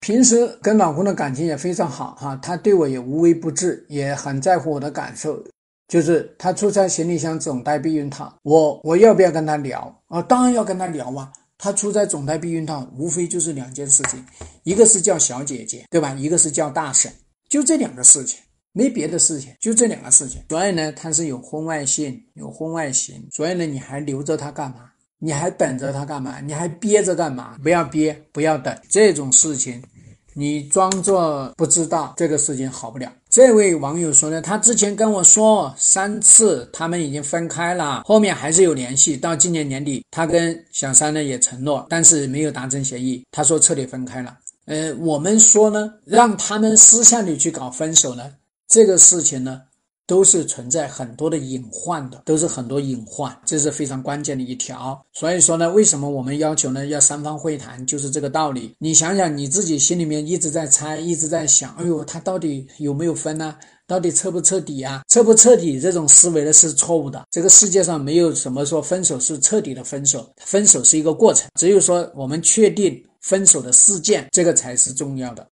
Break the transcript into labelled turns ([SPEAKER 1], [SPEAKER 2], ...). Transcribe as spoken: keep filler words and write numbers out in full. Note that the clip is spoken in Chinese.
[SPEAKER 1] 平时跟老公的感情也非常好哈，他对我也无微不至，也很在乎我的感受。就是他出差行李箱总带避孕套，我我要不要跟他聊啊？当然要跟他聊啊。他出差总带避孕套，无非就是两件事情，一个是叫小姐姐，对吧？一个是叫大婶，就这两个事情，没别的事情，就这两个事情。所以呢，他是有婚外性，有婚外情，所以呢，你还留着他干嘛？你还等着他干嘛？你还憋着干嘛？不要憋，不要等，这种事情你装作不知道，这个事情好不了。这位网友说呢，他之前跟我说三次他们已经分开了，后面还是有联系，到今年年底他跟小三呢也承诺，但是没有达成协议，他说彻底分开了。呃，我们说呢，让他们私下里去搞分手呢，这个事情呢都是存在很多的隐患的，都是很多隐患，这是非常关键的一条。所以说呢，为什么我们要求呢要三方会谈，就是这个道理。你想想你自己心里面一直在猜，一直在想，哎呦，他到底有没有分呢？到底彻不彻底啊？彻不彻底这种思维呢是错误的。这个世界上没有什么说分手是彻底的分手，分手是一个过程，只有说我们确定分手的事件，这个才是重要的。